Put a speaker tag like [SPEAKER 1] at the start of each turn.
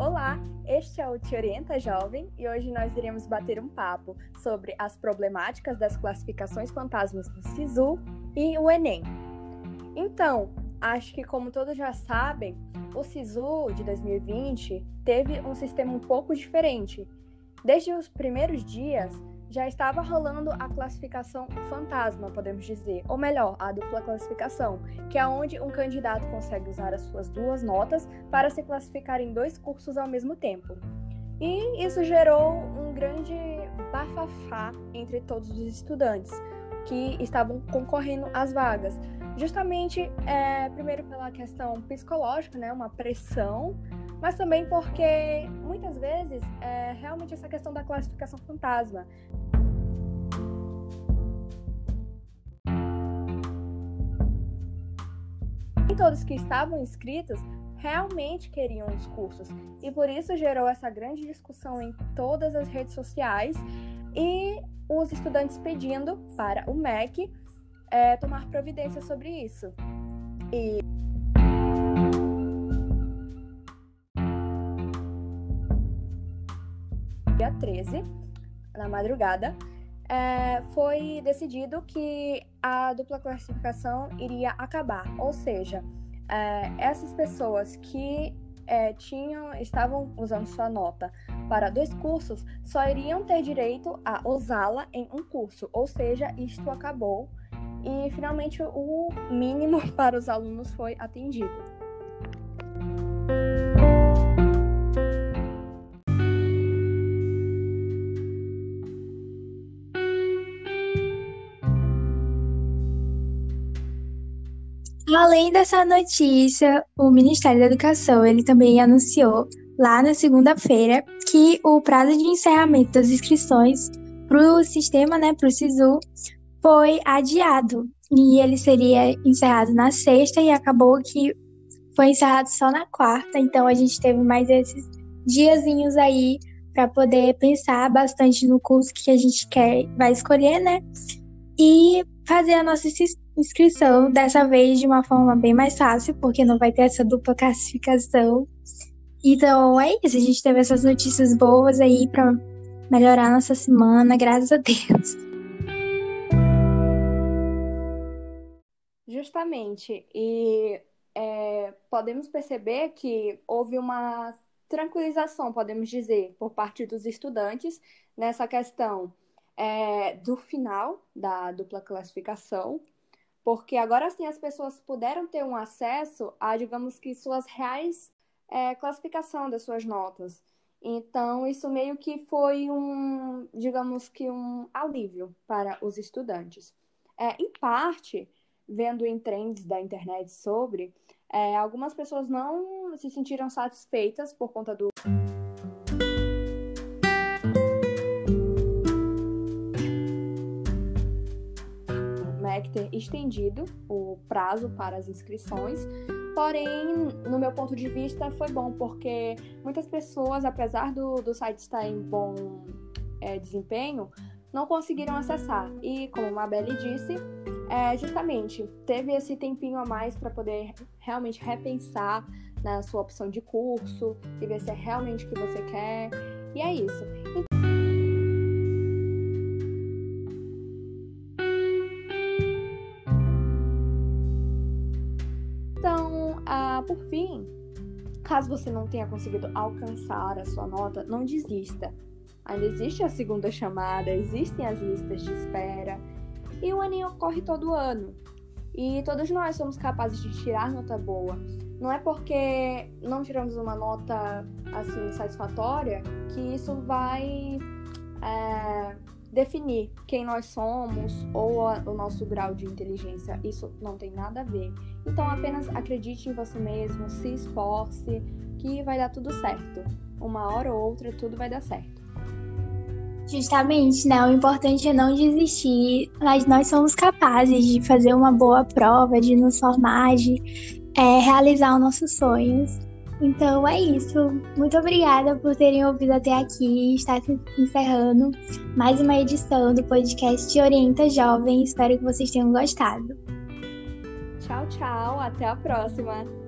[SPEAKER 1] Olá, este é o Te Orienta Jovem e hoje nós iremos bater um papo sobre as problemáticas das classificações fantasmas do SISU e o Enem. Então, acho que como todos já sabem, o SISU de 2020 teve um sistema um pouco diferente. Desde os primeiros dias, já estava rolando a classificação fantasma, podemos dizer, ou melhor, a dupla classificação, que é onde um candidato consegue usar as suas duas notas para se classificar em 2 cursos ao mesmo tempo. E isso gerou um grande bafafá entre todos os estudantes que estavam concorrendo às vagas. Justamente, primeiro pela questão psicológica, né, uma pressão, mas também porque, muitas vezes, realmente essa questão da classificação fantasma. Nem todos que estavam inscritos realmente queriam os cursos, e por isso gerou essa grande discussão em todas as redes sociais, e os estudantes pedindo para o MEC tomar providência sobre isso. Dia 13, na madrugada, foi decidido que a dupla classificação iria acabar, ou seja, essas pessoas que estavam usando sua nota para 2 cursos só iriam ter direito a usá-la em um curso, ou seja, isto acabou e finalmente o mínimo para os alunos foi atendido.
[SPEAKER 2] Além dessa notícia, o Ministério da Educação ele também anunciou lá na segunda-feira que o prazo de encerramento das inscrições para o sistema, para o SISU, foi adiado. E ele seria encerrado na sexta e acabou que foi encerrado só na quarta. Então a gente teve mais esses diazinhos aí para poder pensar bastante no curso que a gente vai escolher, e fazer a nossa inscrição, dessa vez de uma forma bem mais fácil, porque não vai ter essa dupla classificação. Então é isso, a gente teve essas notícias boas aí para melhorar nossa semana, graças a Deus.
[SPEAKER 1] Justamente, e podemos perceber que houve uma tranquilização, podemos dizer, por parte dos estudantes nessa questão do final da dupla classificação, porque agora sim as pessoas puderam ter um acesso a, digamos que, suas reais classificação das suas notas. Então, isso meio que foi digamos que um alívio para os estudantes. Em parte, vendo em trends da internet sobre, algumas pessoas não se sentiram satisfeitas por conta do MEC ter estendido o prazo para as inscrições. Porém, no meu ponto de vista, foi bom, porque muitas pessoas, apesar do site estar em bom desempenho, não conseguiram acessar. E, como a Mabelle disse, justamente, teve esse tempinho a mais para poder realmente repensar na sua opção de curso e ver se é realmente o que você quer. E é isso. Então, por fim, caso você não tenha conseguido alcançar a sua nota, não desista. Ainda existe a segunda chamada, existem as listas de espera, e o Enem ocorre todo ano. E todos nós somos capazes de tirar nota boa. Não é porque não tiramos uma nota assim satisfatória que isso vai definir quem nós somos ou o nosso grau de inteligência. Isso não tem nada a ver. Então apenas acredite em você mesmo, se esforce, que vai dar tudo certo. Uma hora ou outra tudo vai dar certo.
[SPEAKER 2] Justamente, o importante é não desistir, mas nós somos capazes de fazer uma boa prova, de nos formar, de realizar os nossos sonhos. Então é isso. Muito obrigada por terem ouvido até aqui. Está se encerrando mais uma edição do podcast Te Orienta Jovem. Espero que vocês tenham gostado.
[SPEAKER 1] Tchau, tchau. Até a próxima.